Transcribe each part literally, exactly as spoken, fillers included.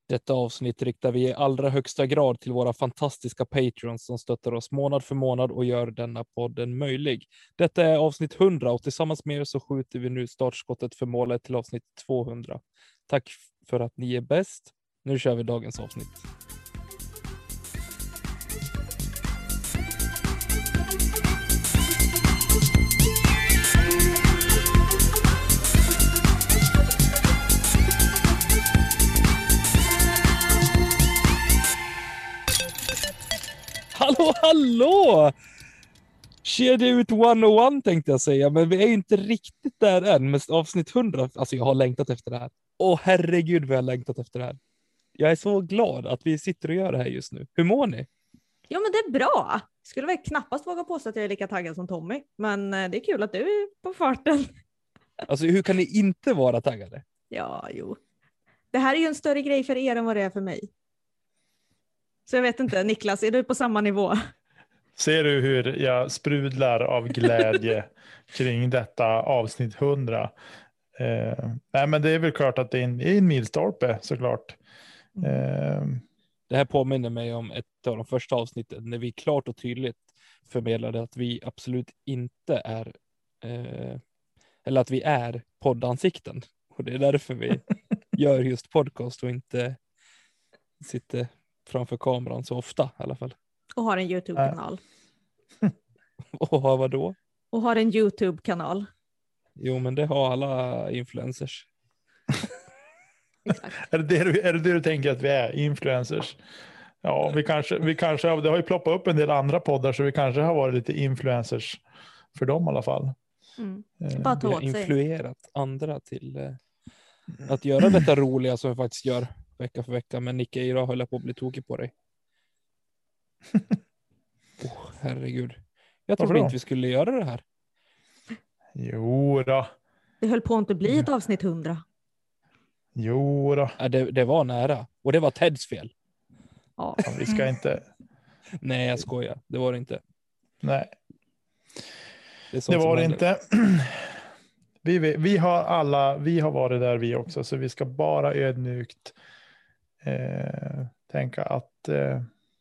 Detta avsnitt riktar vi i allra högsta grad till våra fantastiska patrons som stöttar oss månad för månad och gör denna podden möjlig. Detta är avsnitt hundra och tillsammans med er så skjuter vi nu startskottet för målet till avsnitt tvåhundra. Tack för att ni är bäst. Nu kör vi dagens avsnitt. Hallå, hallå! Kedja ut etthundraett tänkte jag säga, men vi är inte riktigt där än med avsnitt hundra. Alltså jag har längtat efter det här. Åh herregud vad jag har längtat efter det här. Jag är så glad att vi sitter och gör det här just nu. Hur mår ni? Ja, men det är bra. Skulle väl knappast våga påstå att jag är lika taggad som Tommy. Men det är kul att du är på farten. Alltså hur kan ni inte vara taggade? Ja, jo. Det här är ju en större grej för er än vad det är för mig. Så jag vet inte, Niklas, är du på samma nivå? Ser du hur jag sprudlar av glädje kring detta avsnitt hundra? Eh, nej, men det är väl klart att det är en, en milstolpe såklart. Eh, Det här påminner mig om ett av de första avsnitten när vi klart och tydligt förmedlade att vi absolut inte är eh, eller att vi är poddansikten. Och det är därför vi gör just podcast och inte sitter framför kameran så ofta i alla fall. Och har en YouTube-kanal. Och har vad då? Och har en YouTube-kanal. Jo, men det har alla influencers. Exakt. är, det det du, är det det du tänker att vi är? Influencers? Ja, vi kanske, vi kanske har, det har ju ploppat upp en del andra poddar så vi kanske har varit lite influencers för dem i alla fall. Mm. Eh, Bara Vi ta har åt sig. influerat andra till eh, att göra detta roliga som vi faktiskt gör vecka för vecka. Men Nicke, idag höll jag på att bli tokig på dig. Oh, herregud. Jag trodde Varför då? inte vi skulle göra det här. Jo då. Det höll på att inte bli ett avsnitt hundra. Jo då. Ja, det, det var nära. Och det var Teds fel. Ja. Ja, vi ska inte. Nej, jag skojar. Det var det inte. Nej, Det, är sånt det som var det händer. inte. Vi, vi, vi har alla, vi har varit där vi också, så vi ska bara ödmjukt eh, tänka att eh,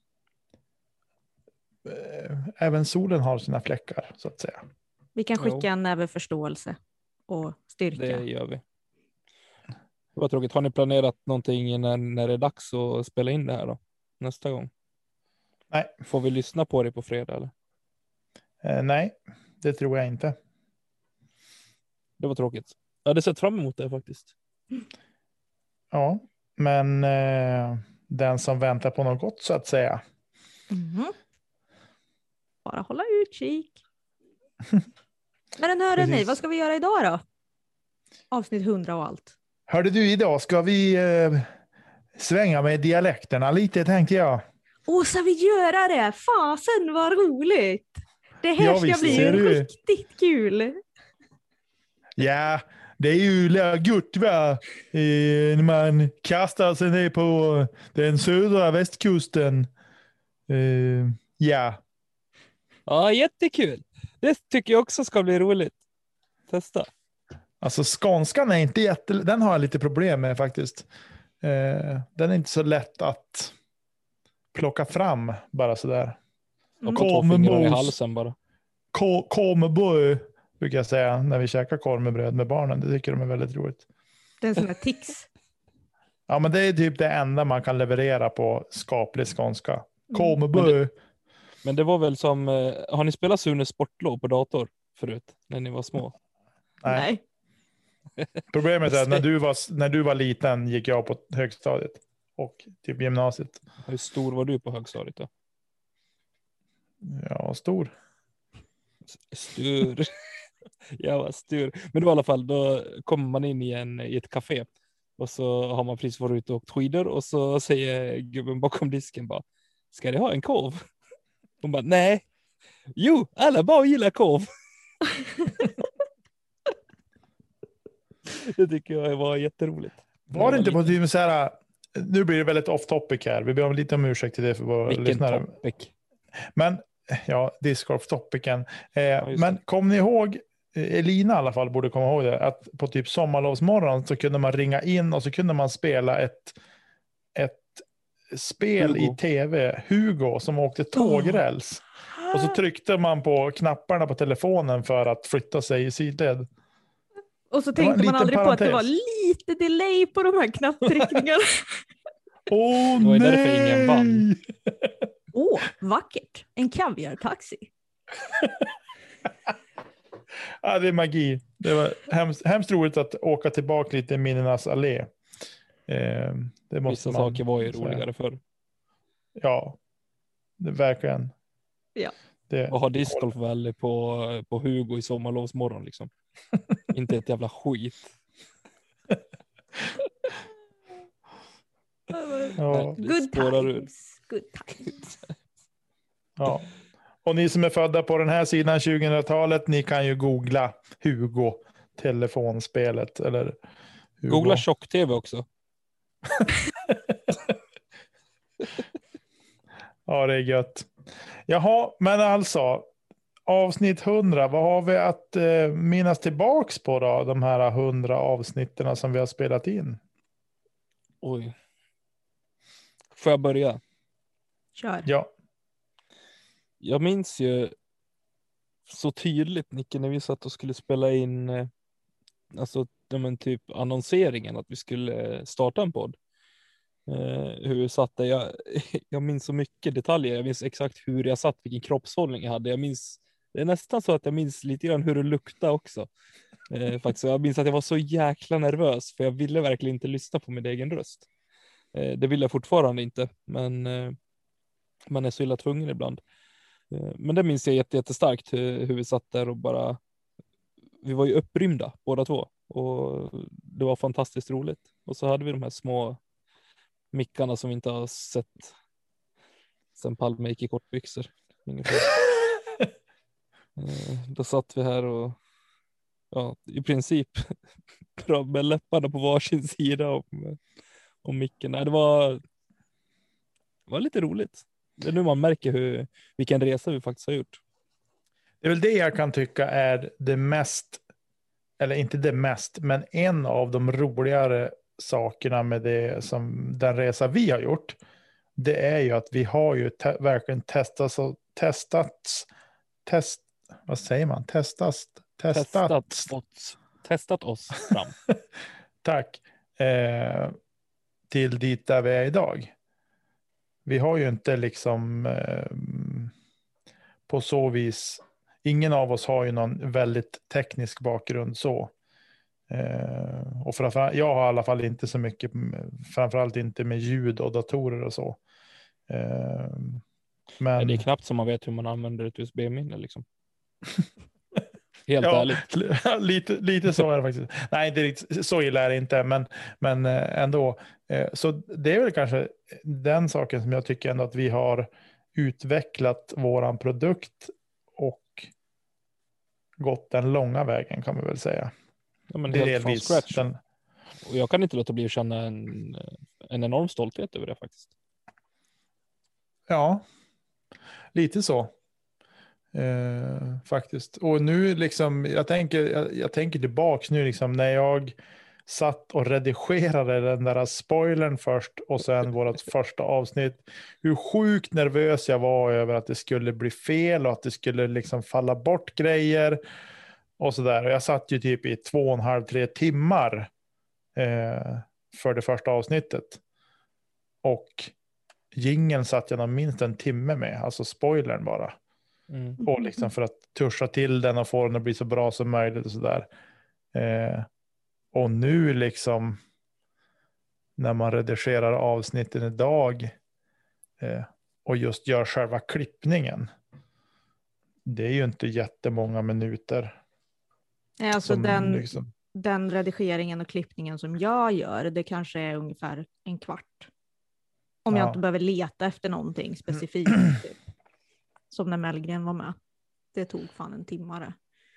eh, även solen har sina fläckar så att säga. Vi kan skicka Jo. en näve förståelse och styrka. Det gör vi. Det var tråkigt. Har ni planerat någonting när, när det är dags att spela in det här då? Nästa gång? Nej. Får vi lyssna på det på fredag eller? Eh, nej, det tror jag inte. Det var tråkigt. Jag hade sett fram emot det faktiskt. Ja, men eh, den som väntar på något gott så att säga. Mhm. Bara hålla utkik. Men hörde ni, Precis. vad ska vi göra idag då? Avsnitt hundra och allt. Hörde du, idag ska vi eh, svänga med dialekterna lite tänkte jag. Åh, ska vi göra det? Fasen vad roligt! Det här Ja, ska visst, bli ser du? riktigt kul. Ja, det är ju gott va? Eh, när man kastar sig ner på den södra västkusten. Eh, ja. Ja, jättekul. Det tycker jag också ska bli roligt. Testa. Alltså skånskan är inte jätte... Den har jag lite problem med faktiskt. Eh, den är inte så lätt att plocka fram bara sådär. Och Kom två fingrar i mos. halsen bara. Ko- Korvbröd brukar jag säga när vi käkar korv med bröd med barnen. Det tycker de är väldigt roligt. Det är en sån här tics. Ja, men det är typ det enda man kan leverera på skaplig skånska. Mm. Korvbröd. Men det var väl som... eh, Har ni spelat Sunes sportlov på dator förut? När ni var små? Nej. Nej. Problemet är att när du, var, när du var liten gick jag på högstadiet och typ gymnasiet. Hur stor var du på högstadiet då? Ja, stor. Stur. Jag var stur. Men det var i alla fall, då kommer man in i, en, i ett café. Och så har man precis varit ute och åkt skidor. Och så säger gubben bakom disken bara, ska det ha en korv? Hon bara, nej. Jo, alla bara gillar korv. Det tycker jag var jätteroligt. Var det inte på typ så här, nu blir det väldigt off topic här. Vi ber om lite om ursäkt till det för våra Vilken lyssnare. topic. Men ja, discgolf topicen. Eh, Ja, just men det. kom ni ihåg, eh, Elina i alla fall borde komma ihåg det, att på typ sommarlovsmorgon så kunde man ringa in och så kunde man spela ett ett spel Hugo. i tv, Hugo, som åkte tågräls. Och så tryckte man på knapparna på telefonen för att flytta sig i sidled. Och så Det var en tänkte man liten aldrig på att det var parentes. lite delay på de här knapptryckningarna. Åh Det var ju nej! därför ingen vann. Åh, vackert. En kaviartaxi. Ja, det är magi. Det var hemskt, hemskt roligt att åka tillbaka lite i minnenas allé. Eh, det måste Vissa man saker var ju säga. roligare förr. Ja, det verkligen. Ja. Det, Och ha Disc Golf Valley på, på Hugo i sommarlovsmorgon liksom. Inte ett jävla skit. ja, Det Good spårar ur. times. Good times. ja. Och ni som är födda på den här sidan tjugohundratalet, ni kan ju googla Hugo telefonspelet eller Hugo. Googla tjock-tv också. Ja, det är gött. Jaha, men alltså avsnitt hundra, vad har vi att eh, minnas tillbaks på då? De här hundra avsnitten som vi har spelat in. Oj. Får jag börja? Kör. Ja. Jag minns ju så tydligt, Nicke, när vi satt och skulle spela in eh, alltså ja, men typ annonseringen att vi skulle starta en podd. Eh, hur vi satt där. Jag, jag minns så mycket detaljer. Jag minns exakt hur jag satt, vilken kroppshållning jag hade. Jag minns, det är nästan så att jag minns lite grann hur det luktade också. Eh, faktiskt. Jag minns att jag var så jäkla nervös för jag ville verkligen inte lyssna på min egen röst. Eh, det vill jag fortfarande inte, men eh, man är så illa tvungen ibland. Eh, men det minns jag jätte, jättestarkt hur, hur vi satt där och bara, vi var ju upprymda båda två och det var fantastiskt roligt. Och så hade vi de här små mickarna som vi inte har sett sen Palme gick i kortbyxor. Ungefär. eh, då satt vi här och ja, i princip med läpparna på varsin sida om, om micken. Nej, det var, det var lite roligt. Det är nu man märker hur, vilken resa vi faktiskt har gjort. Det är väl det jag kan tycka är det mest, eller inte det mest, men en av de roligare sakerna med det som den resa vi har gjort. Det är ju att vi har ju te- verkligen testat och testats, test, vad säger man? Testas, testat, Testat oss, testat oss fram. tack, eh, till dit där vi är idag. Vi har ju inte liksom eh, på så vis, ingen av oss har ju någon väldigt teknisk bakgrund så. Eh, och framförallt, jag har i alla fall inte så mycket, framförallt inte med ljud och datorer och så. Eh, men Ja, det är knappt som man vet hur man använder ett U S B-minne liksom. Helt ja, ärligt. lite, lite så är det faktiskt. Nej, det är riktigt, så illa är det inte, men, men eh, ändå. Eh, så det är väl kanske den saken som jag tycker ändå att vi har utvecklat våran produkt och gått den långa vägen kan man väl säga. Ja, men Det är helt från delvis scratch. den, Och jag kan inte låta bli att känna en, en enorm stolthet över det faktiskt. ja, lite så. Eh, faktiskt. Och nu liksom, jag tänker, jag, jag tänker tillbaks nu liksom när jag satt och redigerade den där spoilern först och sen vårt första avsnitt. Hur sjukt nervös jag var över att det skulle bli fel och att det skulle liksom falla bort grejer och sådär. Och jag satt ju typ i två och en halv, tre timmar eh, för det första avsnittet. Och jingeln satt jag nog minst en timme med, alltså spoilern bara. Mm. Och liksom för att tuscha till den och få den att bli så bra som möjligt och sådär. Eh, och nu liksom när man redigerar avsnitten idag eh, och just gör själva klippningen. Det är ju inte jättemånga minuter. Nej, alltså som den, liksom, den redigeringen och klippningen som jag gör, det kanske är ungefär en kvart. Om Ja. jag inte behöver leta efter någonting specifikt. Typ. Som när Mellgren var med. Det tog fan en timmare.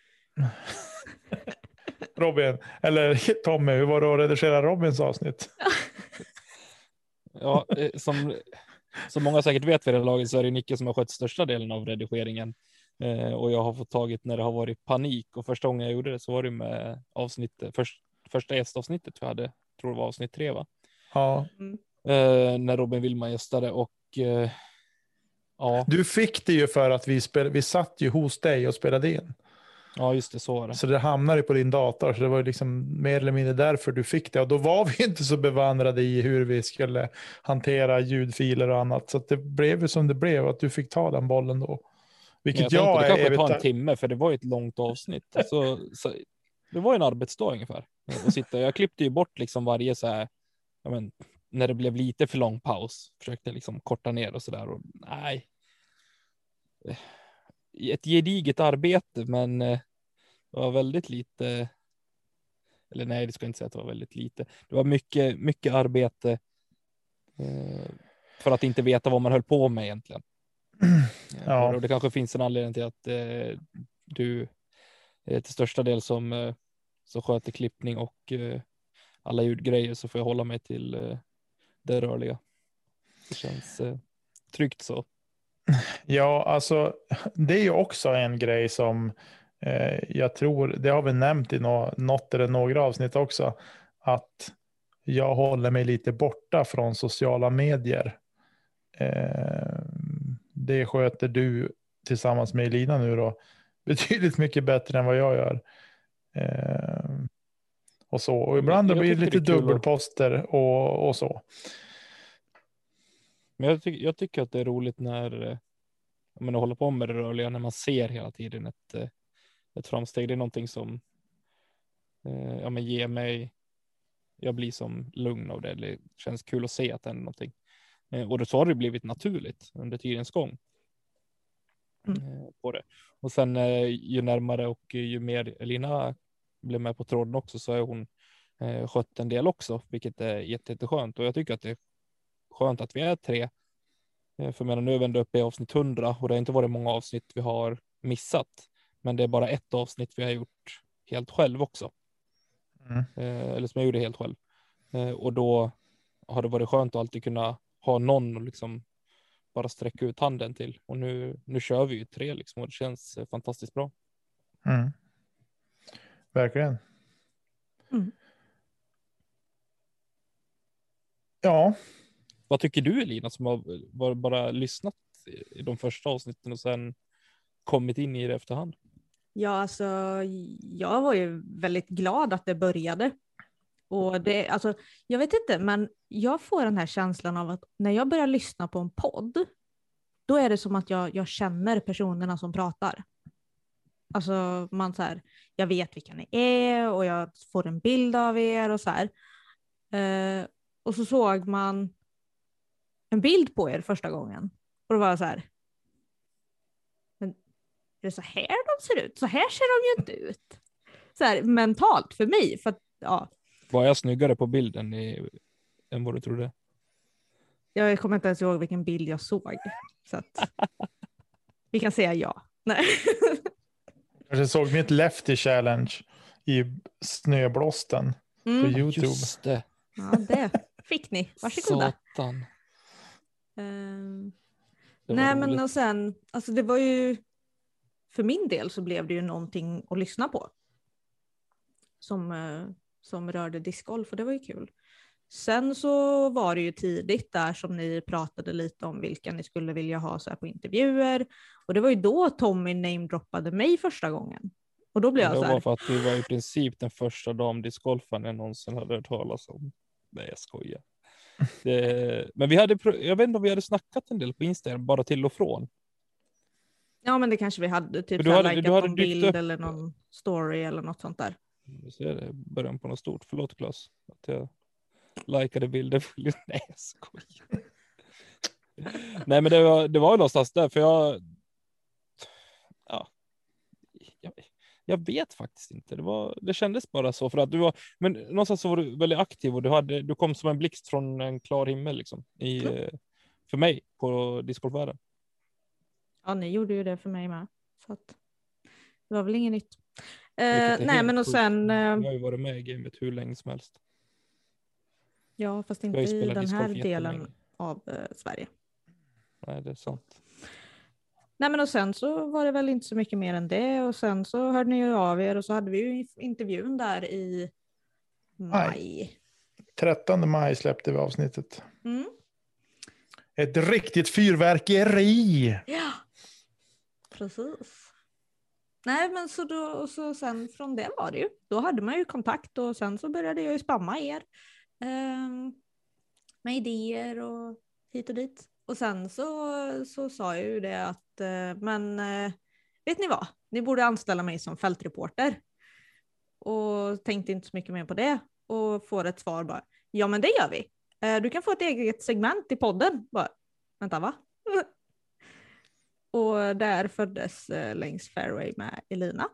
Robin, eller Tommy, hur var det att redigera Robins avsnitt? Ja, eh, som, som många säkert vet vid det laget så är det Nicke som har skött största delen av redigeringen. Eh, och jag har fått tagit när det har varit panik. Och första gången jag gjorde det så var det med avsnittet, först, första gästavsnittet vi hade, tror det var avsnitt tre va? Ja. Mm. eh, när Robin Willman gästade och eh, ja. Du fick det ju för att vi, spel, vi satt ju hos dig och spelade in. Ja, just det, så var det. Så det hamnade på din dator, så det var liksom mer eller mindre därför du fick det. Och då var vi inte så bevandrade i hur vi skulle hantera ljudfiler och annat. Så att det blev ju som det blev, att du fick ta den bollen då. Vilket jag, jag, jag tänkte, det är... kanske tar en timme, för det var ju ett långt avsnitt. Så, så, det var en arbetsdag ungefär. Och sitta. Jag klippte ju bort liksom varje så här, ja, men, när det blev lite för lång paus. Försökte liksom korta ner och sådär. Och nej. Ett gediget arbete, men det var väldigt lite. Eller nej, det ska jag inte säga att det var väldigt lite. Det var mycket, mycket arbete eh, för att inte veta vad man höll på med egentligen. Ja. Och det kanske finns en anledning till att eh, du är till största del som, eh, som sköter klippning och eh, alla ljudgrejer, så får jag hålla mig till eh, det rörliga. Det känns eh, tryggt så. Ja, alltså det är ju också en grej som eh, jag tror, det har vi nämnt i no- något eller några avsnitt också, att jag håller mig lite borta från sociala medier. Eh, det sköter du tillsammans med Elina nu då betydligt mycket bättre än vad jag gör. Eh, och så. Och ibland jag, jag blir det lite det dubbelposter och, och så. Men jag, ty- jag tycker att det är roligt när man håller på med det rörliga, när man ser hela tiden ett, ett framsteg. Det är någonting som eh, ja, men ger mig, jag blir som lugn av det. Det känns kul att se att det är någonting. Eh, och så har det blivit naturligt under tidens gång. Mm. Eh, på det. Och sen eh, ju närmare och ju mer Elina blev med på tråden också, så är hon eh, skött en del också, vilket är jätte, jätteskönt. Och jag tycker att det är skönt att vi är tre. Eh, för medan nu är vi ändå uppe i avsnitt hundra och det har inte varit många avsnitt vi har missat. Men det är bara ett avsnitt vi har gjort helt själv också. Mm. Eh, eller som jag gjorde helt själv. Eh, och då har det varit skönt att alltid kunna ha någon och liksom bara sträcka ut handen till. Och nu, nu kör vi ju tre liksom, och det känns fantastiskt bra. Mm. Verkligen. Mm. Ja. Vad tycker du, Elina, som har bara lyssnat i de första avsnitten och sen kommit in i det efterhand? Ja, alltså jag var ju väldigt glad att det började. Och det, alltså, jag vet inte, men jag får den här känslan av att när jag börjar lyssna på en podd, då är det som att jag, jag känner personerna som pratar. Alltså man så här, jag vet vilka ni är och jag får en bild av er och så här. Eh, och så såg man en bild på er första gången. Och då var jag så här, men är det så här de ser ut? Så här ser de ju inte ut. Så här mentalt för mig, för att ja. Var jag snyggare på bilden i, än vad du trodde? Jag kommer inte ens ihåg vilken bild jag såg. Så att vi kan säga ja. Nej. Jag såg mitt Lefty Challenge i snöblåsten Mm. på YouTube. Just det. Ja, det fick ni. Varsågoda. Satan. Um, Det var nej, roligt. men och sen, alltså det var ju, för min del så blev det ju någonting att lyssna på. Som, uh, som rörde discgolf, och det var ju kul. Sen så var det ju tidigt där som ni pratade lite om vilka ni skulle vilja ha så här på intervjuer. Och det var ju då Tommy namedroppade mig första gången. Och då blev jag Det så här. var för att du var i princip den första damdiscgolfaren jag någonsin hade hört talas om. Nej, jag skojar. Det, men vi hade, jag vet inte om vi hade snackat en del på Instagram, bara till och från. Ja, men det kanske vi hade, typ Du så här, hade- likat du hade någon dykt bild upp- eller någon story eller något sånt där. Vi ser det, början på något stort. Förlåt, Klas, att jag likade bilder. Nej, jag skojar. Nej, men det var, det var ju någonstans där, för jag... Ja. Jag, jag vet faktiskt inte. Det, var, det kändes bara så, för att du var... Men någonstans så var du väldigt aktiv och du, hade, du kom som en blixt från en klar himmel liksom. I, Mm. för mig på discgolfvärlden. Ja, ni gjorde ju det för mig med. Så att det var väl inget nytt. Eh, Vilket är nej, helt men och sjukt. sen... Eh, Jag har ju varit med i gamet hur länge som helst. ja, fast har inte ju i spelat den här discgolf delen jättelänge. av eh, Sverige. Nej, det är sant. Nej, men och sen så var det väl inte så mycket mer än det. Och sen så hörde ni ju av er och så hade vi ju intervjun där i maj. trettonde maj släppte vi avsnittet. Mm. Ett riktigt fyrverkeri. Ja, precis. Nej, men så då, så sen från det var det ju. Då hade man ju kontakt och sen så började jag ju spamma er. Eh, med idéer och hit och dit. Och sen så, så sa jag ju det att, eh, men eh, vet ni vad? Ni borde anställa mig som fältreporter. Och tänkte inte så mycket mer på det. Och får ett svar bara, ja men det gör vi. Eh, du kan få ett eget segment i podden. Bara, vänta va? Och där föddes eh, längs Fairway med Elina.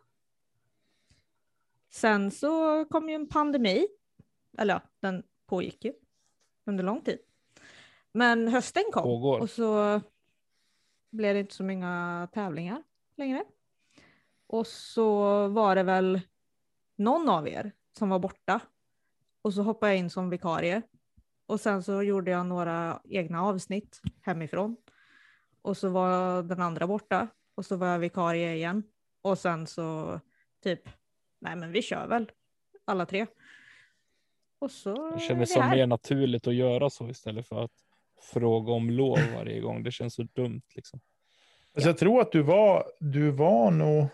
Sen så kom ju en pandemi. Eller ja, den pågick ju under lång tid. Men hösten kom Pågår. och så blev det inte så många tävlingar längre. Och så var det väl någon av er som var borta. Och så hoppade jag in som vikarie. Och sen så gjorde jag några egna avsnitt hemifrån. Och så var den andra borta. Och så var jag vikarie igen. Och sen så typ, nej men vi kör väl alla tre. Och så Det är kändes vi som här. mer naturligt att göra så istället för att fråga om lov varje gång. Det känns så dumt liksom. Alltså jag tror att du var, du var nog...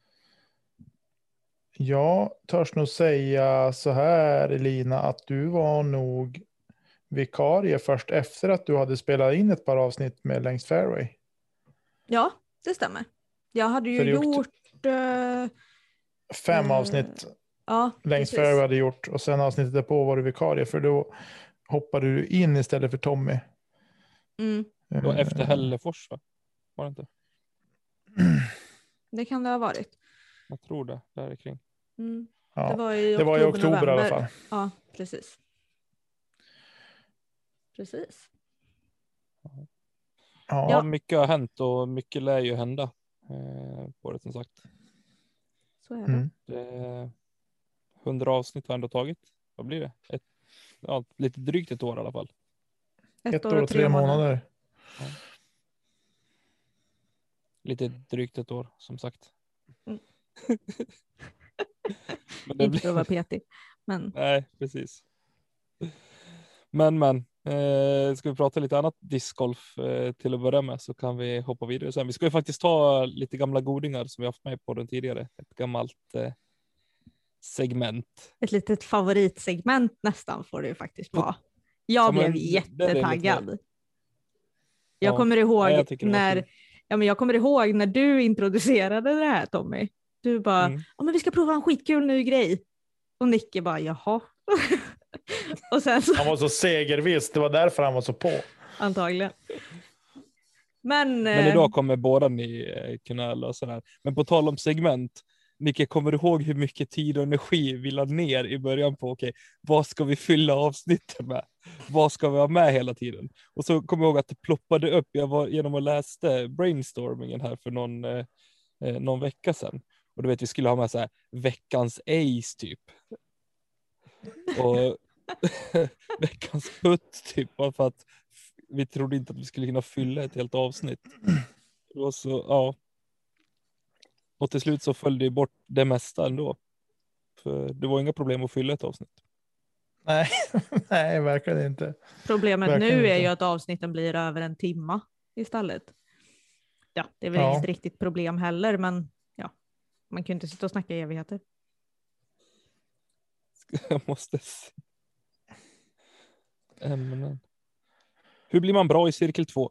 Jag törs nog säga så här, Elina, att du var nog vikarie först efter att du hade spelat in ett par avsnitt med Längs Fairway. Ja, det stämmer. Jag hade ju För det gjort... gjort- eh, Fem Eh, avsnitt ja, Längs precis. Fairway hade gjort och sen avsnittet därpå var du vikarie, för då hoppade du in istället för Tommy. Mm, Det var efter Hällefors va? Var det inte? det kan det ha varit. Jag tror det, där kring. Mm. Ja, Det var i det var i oktober november. i alla fall. Ja, precis. Precis. Ja, Ja, mycket har hänt och mycket lär ju hända eh, på det som sagt. Så är det. Mm. Det, hundra avsnitt har ändå tagit. Vad blir det? Ett, ja, lite drygt ett år i alla fall. Ett år och tre månader. Ja. Lite drygt ett år som sagt. Mm. Men det Inte för att vara blir... petig. Men Nej, precis. Men, men. Eh, ska vi prata lite annat discgolf eh, till att börja med så kan vi hoppa vidare sen. Vi ska ju faktiskt ta lite gamla godingar som vi haft med på den tidigare. Ett gammalt eh, segment. ett litet favoritsegment nästan får det ju faktiskt vara. Jag Ja, blev men det är lite jättetaggad. mer. Jag Ja, kommer ihåg nej, jag tycker det var när kul. ja, men jag kommer ihåg när du introducerade det här, Tommy. Du bara, Mm. ja men vi ska prova en skitkul ny grej. Och Nicke bara, jaha. Och sen så Han var så segerviss, det var därför han var så på. antagligen. Men, Men eh, idag kommer båda ni eh, kunna lösa det här. Men på tal om segment, Nicke, kommer du ihåg hur mycket tid och energi vi la ner i början på, okej, vad ska vi fylla avsnittet med? Vad ska vi ha med hela tiden? Och så kommer jag ihåg att det ploppade upp, jag var genom och läste brainstormingen här för någon, eh, eh, någon vecka sedan. Och du vet, vi skulle ha med så här veckans ace typ. Och veckans putt typ, bara för att vi trodde inte att vi skulle kunna fylla ett helt avsnitt. Det var så, ja. Och till slut så följde det bort det mesta ändå. För det var inga problem att fylla ett avsnitt. Nej, nej, verkligen inte. problemet verkligen nu är inte. ju att avsnitten blir över en timma istället. Ja, det är väl Ja. inget riktigt problem heller, men ja, man kan ju inte sitta och snacka i evigheter. Jag måste se. Ämnen. Hur blir man bra i cirkel två?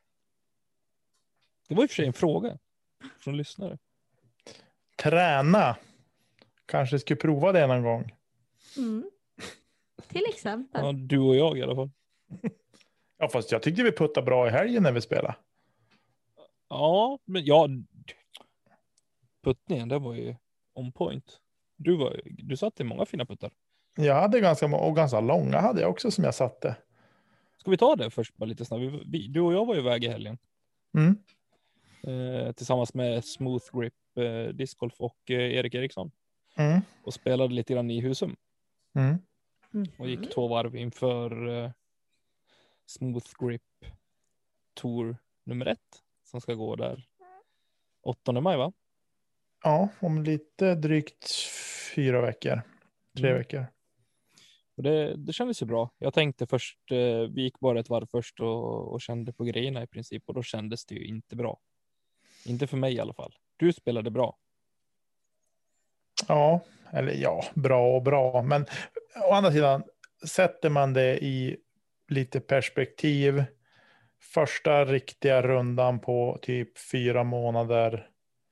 Det var i och för sig en fråga från lyssnare. Träna. Kanske skulle prova det någon gång. Mm. Till exempel. Ja, du och jag i alla fall. Ja, fast jag tyckte vi puttade bra i helgen när vi spelade. Ja, men ja. Puttningen, det var ju on point. Du, var, du satte många fina puttar. Jag hade ganska må- och ganska långa hade jag också som jag satte. Ska vi ta det först bara lite snabbt? Vi, vi, du och jag var ju iväg i helgen. Mm. Eh, tillsammans med Smooth Grip, eh, Discgolf och eh, Erik Eriksson. Mm. Och spelade lite grann i Husum. Mm. Mm. Och gick två varv inför eh, Smooth Grip Tour nummer ett. Som ska gå där åttonde maj va? Ja, om lite drygt fyra veckor. Tre Mm. veckor. Och det, det kändes ju bra. Jag tänkte först, eh, vi gick bara ett varv först och, och kände på grejerna i princip. Och då kändes det ju inte bra. Inte för mig i alla fall. Du spelade bra. Ja, eller ja, bra och bra. Men å andra sidan, sätter man det i lite perspektiv. Första riktiga rundan på typ fyra månader.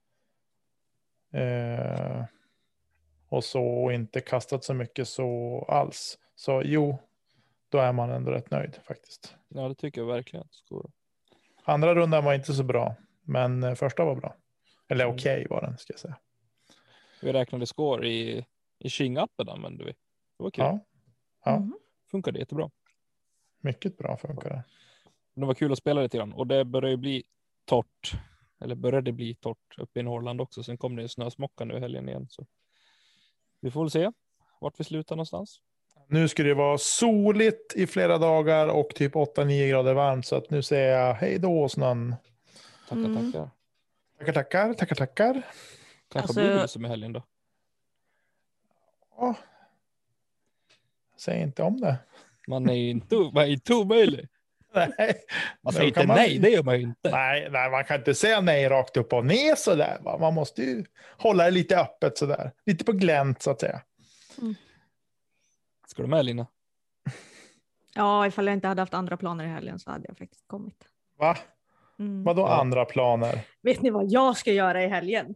Eh, och så inte kastat så mycket så alls. Så jo, då är man ändå rätt nöjd faktiskt. Ja, det tycker jag verkligen. Skor. Andra rundan var inte så bra, men första var bra. Eller Mm. okej okay var den, ska jag säga. Vi räknade score i, i King-appen använde vi. Det var kul. Ja, ja. Mm. Funkade jättebra. Mycket bra funkar det. Det var kul att spela lite grann. Och det började bli torrt. Eller började bli torrt uppe i Norrland också. Sen kom det en snösmocka nu i helgen igen. Så vi får väl se vart vi slutar någonstans. Nu ska det vara soligt i flera dagar och typ åtta nio grader varmt. Så att nu säger jag hej då snön. Tackar, Mm. tackar. Tackar, tackar, tackar, tackar. Kanske Alltså- blir det som i helgen då. Ja. Säg inte om det. Man är ju inte, man är inte omöjlig. Nej. Man Då säger inte kan man- nej, det gör man ju inte. Nej, nej, man kan inte säga nej rakt upp och ner sådär. Va? Man måste ju hålla det lite öppet sådär. Lite på glänt så att säga. Ska du med Lina? Ja, ifall jag inte hade haft andra planer i helgen så hade jag faktiskt kommit. Va? Mm. Vadå Ja. andra planer? Vet ni vad jag ska göra i helgen?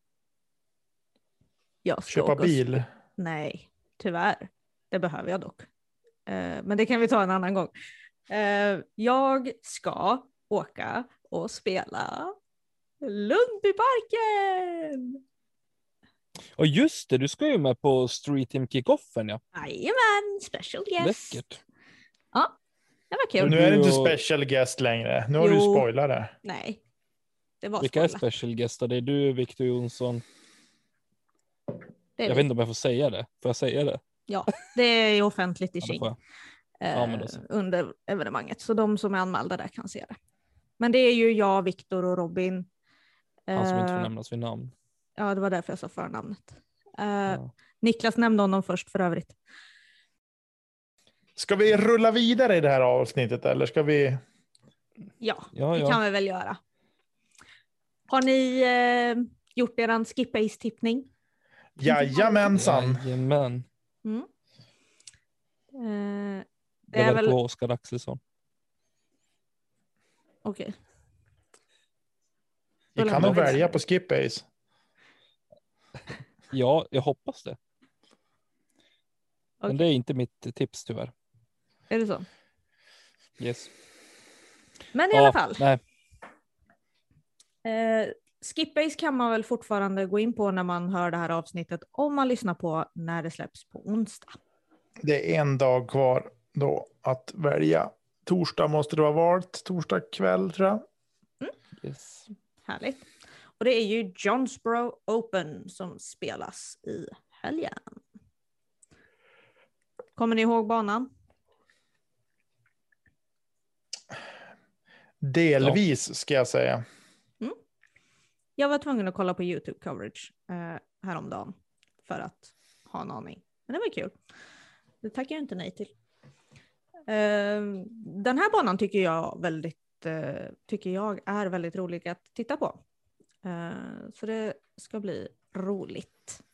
Jag ska Köpa åka och bil? sp- Nej, tyvärr. Det behöver jag dock. Eh, men det kan vi ta en annan gång. Eh, jag ska åka och spela Lundbyparken! Och just det, du ska ju med på Street Team Kickoffen, ja. Jajamän, special guest. Läckert. Ja, det var Så kul. nu är det inte Du och- special guest längre. Nu har du Jo. spoilat det. Nej, det var Vilka är spoilat. special guestar? Det är du, Victor Jonsson. Det är Jag vi. vet inte om jag får säga det. Får jag säga det? Ja, det är offentligt i Ja, det King. får jag. eh, Ja, men då så. under evenemanget. Så de som är anmälda där kan se det. Men det är ju jag, Viktor och Robin. Han som inte får Eh, nämnas vid namn. Ja, det var därför jag sa förnamnet. Eh, Ja. Niklas nämnde honom först för övrigt. Ska vi rulla vidare i det här avsnittet eller ska vi? Ja, Ja, det ja. kan vi väl göra. Har ni eh, gjort eran skip-ace-tippning? Jajamensan. Jajamän. Mm. Eh, det Det är var väl... på Oskar Axelsson. Okej. Vi Då kan lämnar nog vi det. välja på skip-ace. Ja, jag hoppas det. Men Okej. det är inte mitt tips tyvärr. Är det så? Yes. Men i Ja, alla fall. Nej, Eh, Skip-Ace kan man väl fortfarande gå in på när man hör det här avsnittet om man lyssnar på när det släpps på onsdag. Det är en dag kvar då att välja. Torsdag måste det vara valt. Torsdag kväll tror jag. yes. Härligt. Och det är ju Jonesboro Open som spelas i helgen. Kommer ni ihåg banan? Delvis ska jag säga. Jag var tvungen att kolla på YouTube coverage eh, häromdagen för att ha en aning. Men det var kul. Det tackar jag inte nej till. Eh, den här banan tycker jag väldigt eh, tycker jag är väldigt rolig att titta på. Eh, så det ska bli roligt.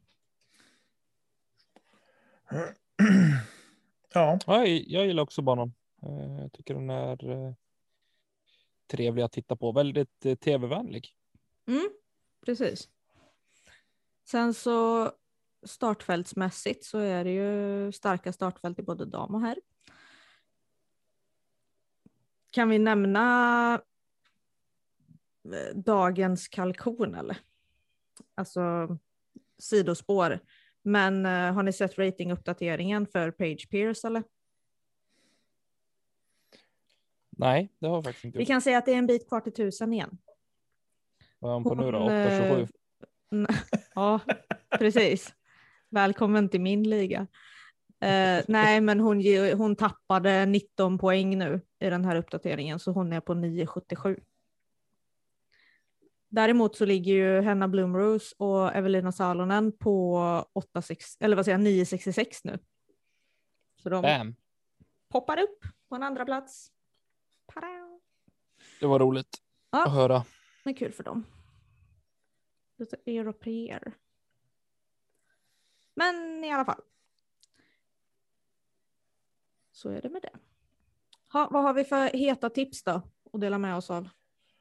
Ja, Ja, jag, jag gillar också banan. Eh, Jag tycker den är eh, trevlig att titta på. Väldigt eh, tv-vänlig. Mm, precis. Sen så startfältsmässigt så är det ju starka startfält i både dam och herr. Kan vi nämna eh, dagens kalkon eller? Alltså sidospår. Men eh, har ni sett ratinguppdateringen för Paige Pierce eller? Nej, det har jag faktiskt inte Vi gjort. kan säga att det är en bit kvar till tusen igen. Vad är hon på nu då? Hon, åtta tjugosju. eh, n- Ja, precis. Välkommen till min liga. Eh, nej, men hon, ge- hon tappade nitton poäng nu i den här uppdateringen, så hon är på nio sjuttiosju. Däremot så ligger ju Henna Blomroos och Evelina Salonen på åtta sex, eller vad säger jag, nio sextiosex nu. Så de Bam. poppar upp på en andra plats. Pada! Det var roligt Ja. att höra. Men kul för dem. Lite europeer. Men i alla fall. Så är det med det. Ha, vad har vi för heta tips då? Att dela med oss av?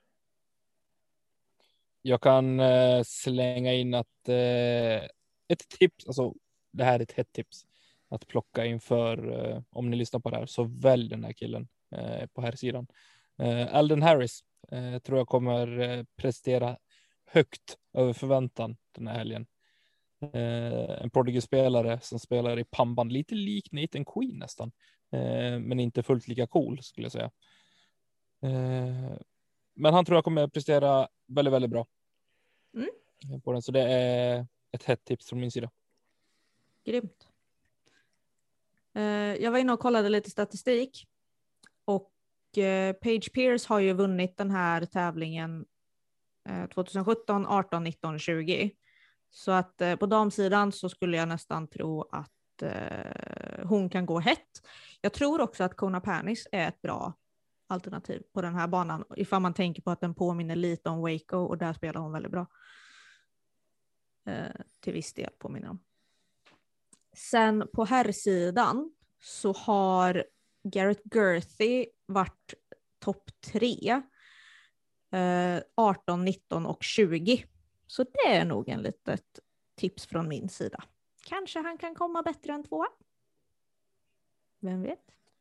Jag kan eh, slänga in att eh, ett tips, alltså det här är ett hett tips att plocka inför, eh, om ni lyssnar på det här, så välj den här killen eh, på här sidan. Eh, Alden Harris eh, tror jag kommer eh, prestera högt över förväntan den här helgen. Eh, en prodigy-spelare som spelar i pannband, lite lik Nathan Queen nästan, eh, men inte fullt lika cool skulle jag säga. Eh, men han tror jag kommer prestera väldigt, väldigt bra. Mm. På den, så det är ett hett tips från min sida. Grymt. Uh, jag var inne och kollade lite statistik. Och uh, Paige Pierce har ju vunnit den här tävlingen uh, tjugosjutton, arton, nitton, tjugo. Så att uh, på damsidan så skulle jag nästan tro att uh, hon kan gå hett. Jag tror också att Kona Panis är ett bra alternativ på den här banan. Ifall man tänker på att den påminner lite om Waco och där spelar hon väldigt bra. Uh, till viss del påminner om. Sen på herrsidan så har Garrett Gerthy varit topp tre. Eh, arton, nitton och tjugo. Så det är nog en litet tips från min sida. Kanske han kan komma bättre än tvåa. Vem vet?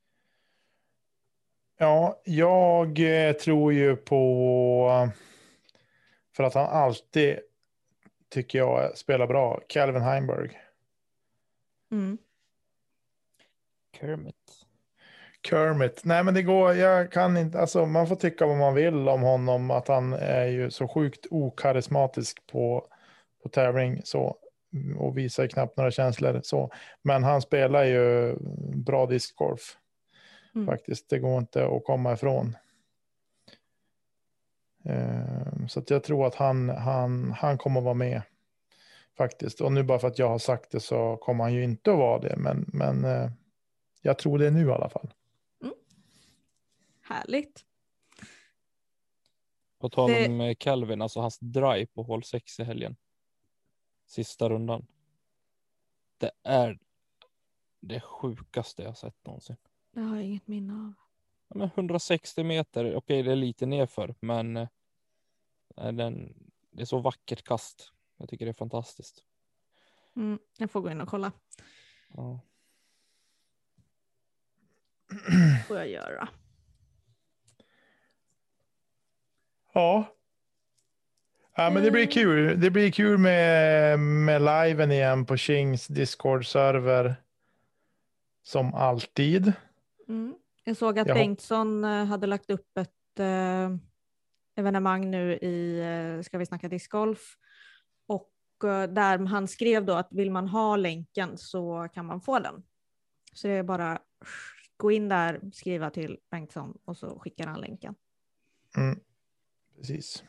Ja, jag eh, tror ju på, för att han alltid, tycker jag, spelar bra, Calvin Heimberg. Mm. Kermit. Kermit. Nej, men det går, jag kan inte, alltså man får tycka vad man vill om honom, att han är ju så sjukt okarismatisk på, på tävling så, och visar knappt några känslor så, men han spelar ju bra discgolf. Mm. Faktiskt, det går inte att komma ifrån. Uh, så att jag tror att han, han, han kommer att vara med faktiskt, och nu bara för att jag har sagt det så kommer han ju inte att vara det, men, men uh, jag tror det nu i alla fall. Mm. Härligt. På tal om det... Calvin, alltså hans drive på hål sex i helgen. Sista rundan. Det är det sjukaste jag sett någonsin. Det har jag inget minne av. Ja, men hundrasextio meter, okej okay, det är lite nerför, men äh, den, det är så vackert kast. Jag tycker det är fantastiskt. Mm, jag får gå in och kolla. Ja. Får jag göra. Ja. Ja, men det blir kul. Det blir kul med, med liven igen på Kings Discord-server. Som alltid. Mm. Jag såg att jag Bengtsson hade lagt upp ett eh, evenemang nu i eh, Ska vi snacka discgolf. Och eh, där han skrev då att vill man ha länken så kan man få den. Så det är bara gå in där, skriva till Bengtsson och så skickar han länken. Mm. Precis.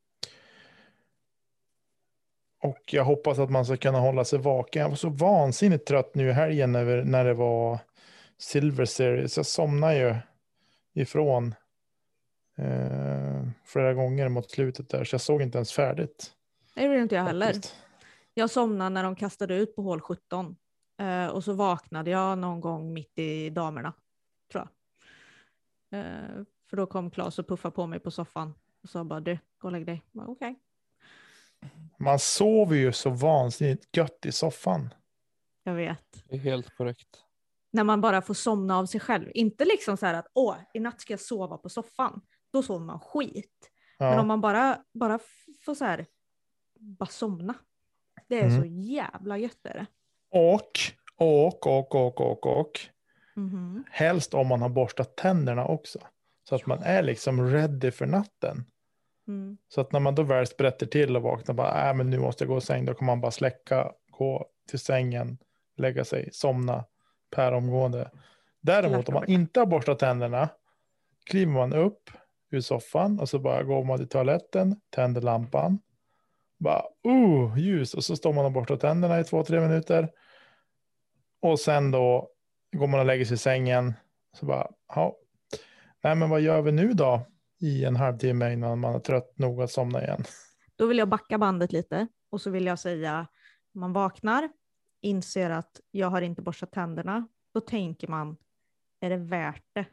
Och jag hoppas att man ska kunna hålla sig vaken. Jag var så vansinnigt trött nu i helgen när, när det var Silver Series. Jag somnade ju ifrån eh, flera gånger mot slutet där. Så jag såg inte ens färdigt. Det gjorde inte jag heller. Faktiskt. Jag somnade när de kastade ut på hål sjutton. Eh, och så vaknade jag någon gång mitt i damerna. Tror jag. Eh, för då kom Claes och puffade på mig på soffan. Och sa bara du, gå och lägg dig. Okej. Okay. Man sover ju så vansinnigt gött i soffan. Jag vet. Det är helt korrekt. När man bara får somna av sig själv. Inte liksom så här att åh, i natt ska jag sova på soffan. Då sover man skit. Ja. Men om man bara, bara får så här, bara somna. Det är mm. så jävla gött är det. Och, och, och, och, och, och. Mm-hmm. Helst om man har borstat tänderna också. Så att ja. man är liksom ready för natten. Mm. Så att när man då väl sprätter till och vaknar bara, äh, men nu måste jag gå och säng, då kan man bara släcka, gå till sängen, lägga sig, somna per omgående. Däremot om man inte har borstat tänderna, kliver man upp ur soffan och så bara går man till toaletten, tänder lampan, bara, uh, ljus, och så står man och borstar tänderna i två, tre minuter. Och sen då går man och lägger sig i sängen. Så bara, ja. Nej, men vad gör vi nu då? I en halvtimme innan man är trött nog att somna igen. Då vill jag backa bandet lite. Och så vill jag säga, man vaknar, inser att jag har inte borstat tänderna. Då tänker man, är det värt det?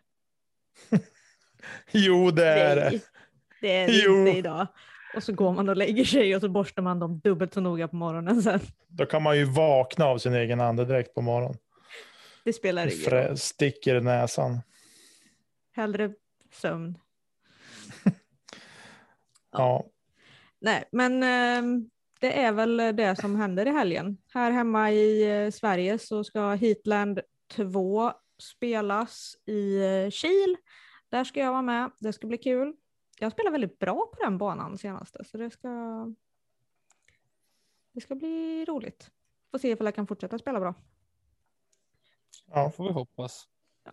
Jo, det är det. Nej, det är det Jo. inte idag. Och så går man och lägger sig och så borstar man dem dubbelt så noga på morgonen sen. Då kan man ju vakna av sin egen andedräkt på morgonen. Det spelar ingen roll. Frä, sticker i näsan. Hellre sömn. Ja. Nej, men eh, det är väl det som händer i helgen. Här hemma i eh, Sverige så ska Heatland två spelas i eh, Kil. Där ska jag vara med. Det ska bli kul. Jag spelar väldigt bra på den banan senaste, så det ska det ska bli roligt. Får se ifall jag kan fortsätta spela bra. Ja, får vi hoppas. Ja.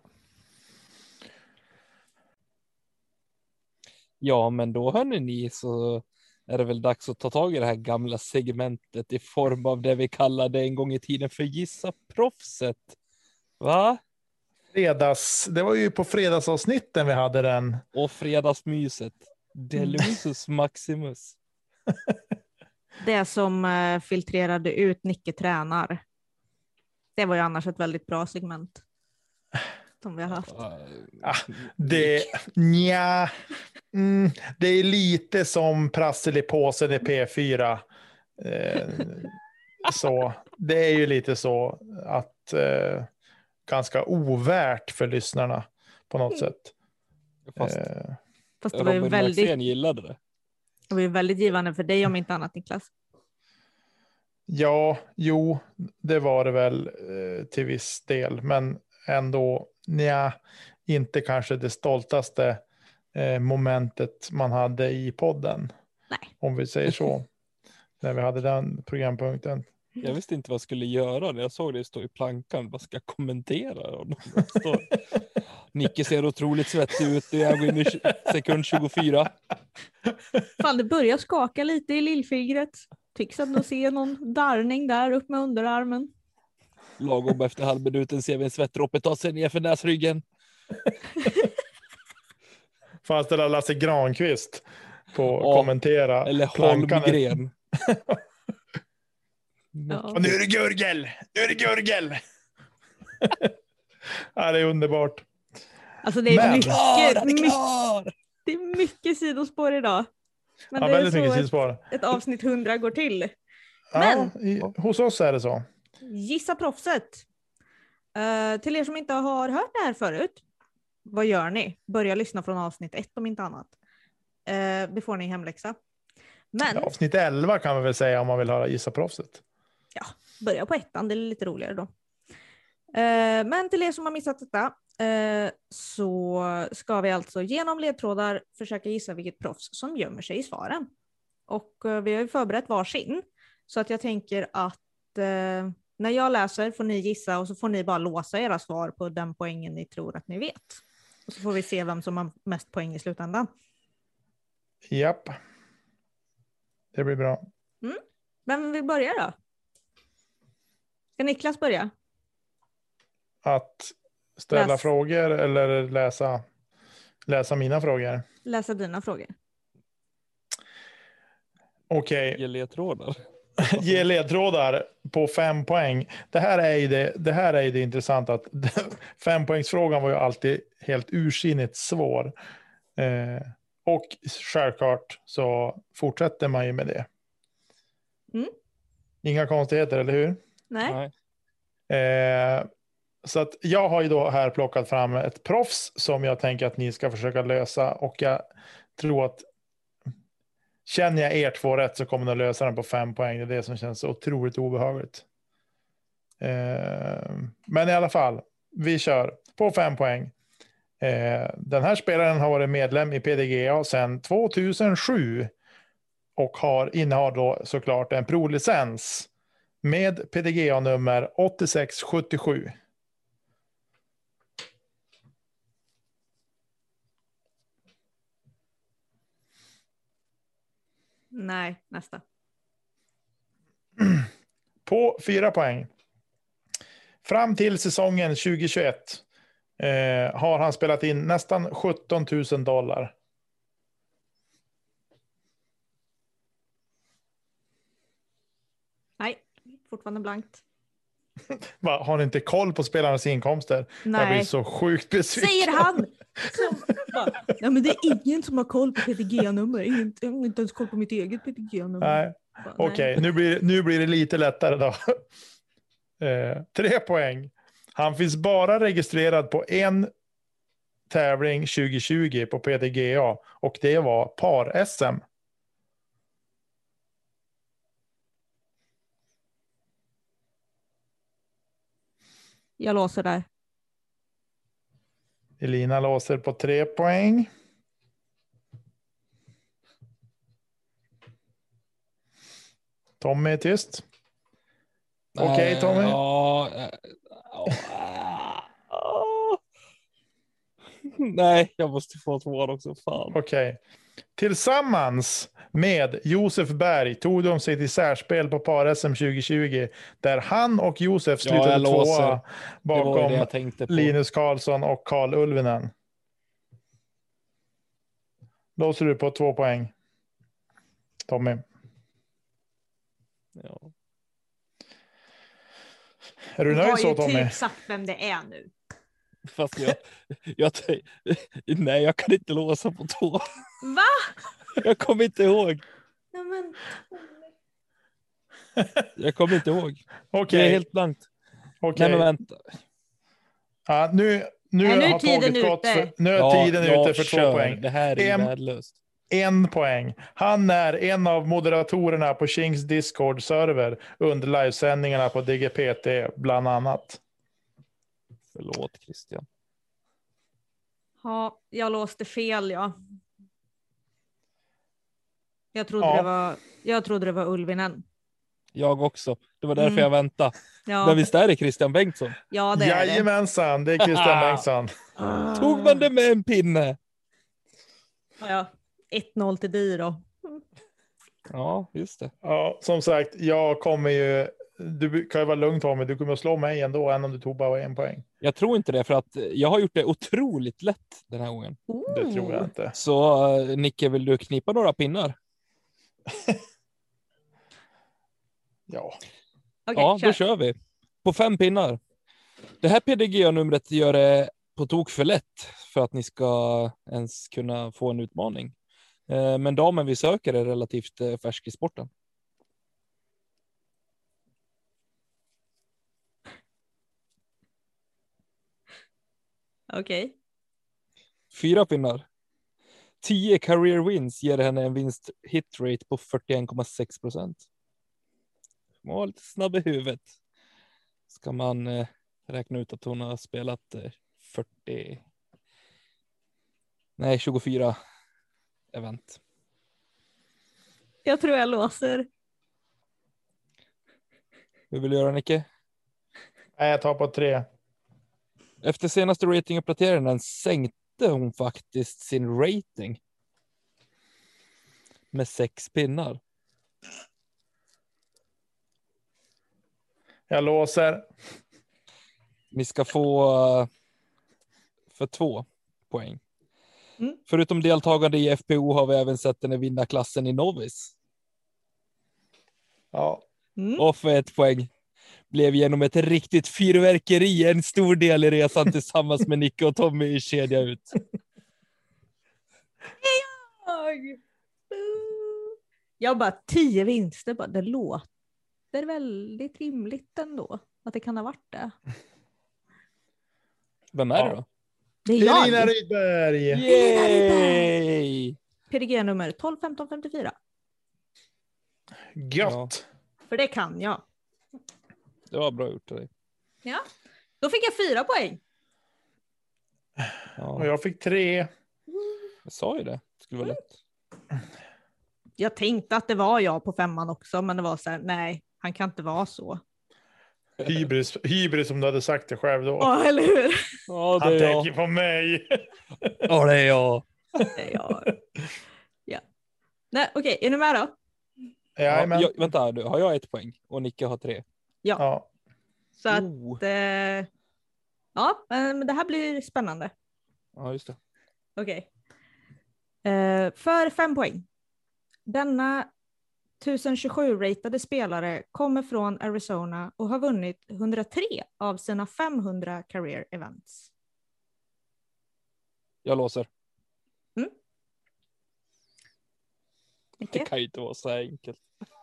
Ja, men då hörni ni, så är det väl dags att ta tag i det här gamla segmentet i form av det vi kallade en gång i tiden för Gissa proffset. Va? Fredags, det var ju på fredagsavsnitten vi hade den. Och fredagsmyset. Delusus Maximus. Det som eh, filtrerade ut Nicke tränar. Det var ju annars ett väldigt bra segment som vi har haft. Ah, det, nja, mm, det är lite som prassel i påsen i P fyra. Eh, så det är ju lite så att eh, ganska ovärt för lyssnarna på något sätt. Fast, eh, Fast det var ju Robin väldigt, Maxén gillade det. det var ju väldigt givande för dig om inte annat, Niklas. ja, jo, det var det väl eh, till viss del, men ändå, nja, inte kanske det stoltaste eh, momentet man hade i podden. Nej. Om vi säger så. När vi hade den programpunkten. Jag visste inte vad jag skulle göra när jag såg det stå i plankan. Vad ska jag kommentera? Står... Nicke ser otroligt svettig ut. Jag går in i sekund tjugofyra. Fan, det börjar skaka lite i lillfingret. Tycks att du ser någon darrning där upp med underarmen. Lagom efter halvminuten ser vi en svettdroppe ta sig ner för näsryggen. Fanns det där Lasse Granqvist på Ja, kommentera. eller plankan. Holmgren. Ja. Och nu är det Gurgel! Nu är det Gurgel! Ja, det är underbart. Alltså det är Men- mycket, Klar, mycket, klar! det är mycket sidospår idag. Men Ja, det är väldigt mycket så ett, sidospår. ett avsnitt hundra går till. Ja, i, hos oss är det så. Gissa proffset. Uh, till er som inte har hört det här förut, vad gör ni? Börja lyssna från avsnitt ett om inte annat. Uh, det får ni i hemläxa. Men Ja, avsnitt elva kan vi väl säga om man vill höra Gissa proffset. ja, börja på ettan, det är lite roligare då. Uh, men till er som har missat detta uh, så ska vi alltså genom ledtrådar försöka gissa vilket proffs som gömmer sig i svaren. Och uh, vi har ju förberett varsin. Så att jag tänker att uh, när jag läser får ni gissa och så får ni bara låsa era svar på den poängen ni tror att ni vet. Och så får vi se vem som har mest poäng i slutändan. Japp. Det blir bra. Vem vill börja då? Ska Niklas börja? Att ställa Läs. frågor eller läsa, läsa mina frågor. Läsa dina frågor. Okej. Ge ledtrådar. Ge ledtrådar på fem poäng. Det här är ju det, det, här är ju det intressanta. Att fempoängsfrågan var ju alltid helt ursinnigt svår. Eh, och självklart så fortsätter man ju med det. Mm. Inga konstigheter, eller hur? Nej. Nej. Eh, så att jag har ju då här plockat fram ett proffs som jag tänker att ni ska försöka lösa. Och jag tror att känner jag er två rätt så kommer ni att lösa den på fem poäng. Det är det som känns så otroligt obehagligt. Eh, men i alla fall, vi kör på fem poäng. Eh, den här spelaren har varit medlem i P D G A sedan två tusen sju. Och har innehar då såklart en pro-licens med P D G A-nummer åttiosex sjuttiosju. Nej, nästa. På fyra poäng. Fram till säsongen tjugohundratjugoett eh, har han spelat in nästan sjutton tusen dollar. Nej, fortfarande blankt. Va, har ni inte koll på spelarnas inkomster? Nej. Jag blir så sjukt besviken. Säger han! Som, bara, ja, men det är ingen som har koll på P T G-nummer. Ingen, jag har inte ens koll på mitt eget P T G-nummer. Nej, okej. Okay. Nu, blir, nu blir det lite lättare då. Eh, tre poäng. Han finns bara registrerad på en tävling tjugohundratjugo på P D G A. Och det var par-S M. Jag låser där. Elina låser på tre poäng. Tommy är tyst. Okej, okay, Tommy. Ja, ja, ja. Nej, jag måste få tvåan också. Fan. Okej. Okay. Tillsammans med Josef Berg tog de sig till särspel på par-S M tjugohundratjugo där han och Josef slutade ja, tvåa bakom Linus Karlsson och Carl Ulvinen. Låser du på två poäng. Tommy. Ja. Är du nöjd så, Tommy? Jag har ju typ sagt vem det är nu. Fast jag, jag, nej, jag kan inte låsa på två. Va? Jag kommer inte ihåg. Ja, men... Jag kommer inte ihåg. Okay. Det är helt blankt. Okay. Nej, men vänta. Ja, nu nu ja, nu har tiden ute. För, nu är ja, tiden ute för kör. två poäng. Det här är en, värdelöst. En poäng. Han är en av moderatorerna på Kings Discord-server under livesändningarna på D G P T bland annat. Förlåt, Christian. Ja, jag låste fel, ja. Jag trodde, ja. Det, var, jag trodde det var Ulvinen. Jag också. Det var därför mm. jag väntade. Ja. Men visst är det Christian Bengtsson? Ja, det är Jajamensan, det är Christian Bengtsson. Tog man det med en pinne? Ja, ett noll till dig då. Ja, just det. Ja, som sagt, jag kommer ju... Du kan ju vara lugn, Tommy. Du kommer att slå mig ändå, även om du tog bara en poäng. Jag tror inte det, för att jag har gjort det otroligt lätt den här gången. Oh. Det tror jag inte. Så Nicke, vill du knipa några pinnar? Ja. Okay, ja, kör. då kör vi. På fem pinnar. Det här P D G A-numret gör det på tok för lätt för att ni ska ens kunna få en utmaning. Men damen vi söker är relativt färsk i sporten. Okej. Okay. Fyra pinnar. Tio career wins ger henne en vinst hit rate på fyrtioen komma sex procent. Man var lite snabb i huvudet. Ska man eh, räkna ut att hon har spelat eh, fyrtio... Nej, tjugofyra event. Jag tror jag låser. Hur vill du göra, Nicke? Nej, jag tar på tre. Efter senaste ratinguppdateringen sänkte hon faktiskt sin rating med sex pinnar. Jag låser. Ni ska få uh, för två poäng. Mm. Förutom deltagande i F P O har vi även sett henne vinna klassen i Novice. Ja. Mm. Och för ett poäng blev genom ett riktigt fyrverkeri en stor del i resan tillsammans med Nicke och Tommy i kedja ut. Jag, jag bara tio vinster. Bara, det låter väldigt rimligt ändå. Att det kan ha varit det. Vem är ja. det då? Det är jag. Elina Rydberg. Yay! P D G-nummer tolv femton femtiofyra. Gött. Ja. För det kan jag. Det var bra gjort till dig. Ja. Då fick jag fyra poäng. Ja. Och jag fick tre. Jag sa ju det. Det skulle vara lätt. Jag tänkte att det var jag på femman också. Men det var så här, nej, han kan inte vara så. Hybris, hybris som du hade sagt det själv då. Ja, eller hur? Ja, det han är tänker jag. på mig. Ja, det är jag. Det är jag. Ja. Nej, okej, okay, är du med då? Ja, men... jag, vänta, du, har jag ett poäng och Nicke har tre? Ja. ja. Så att, Oh. eh, ja, men det här blir spännande. Ja, just det. Okej. Eh, för fem poäng. Denna tusen tjugosju-ratade spelare kommer från Arizona och har vunnit hundratre av sina femhundra career events. Jag låser. Mm. Det Okej. kan ju inte vara så här enkelt.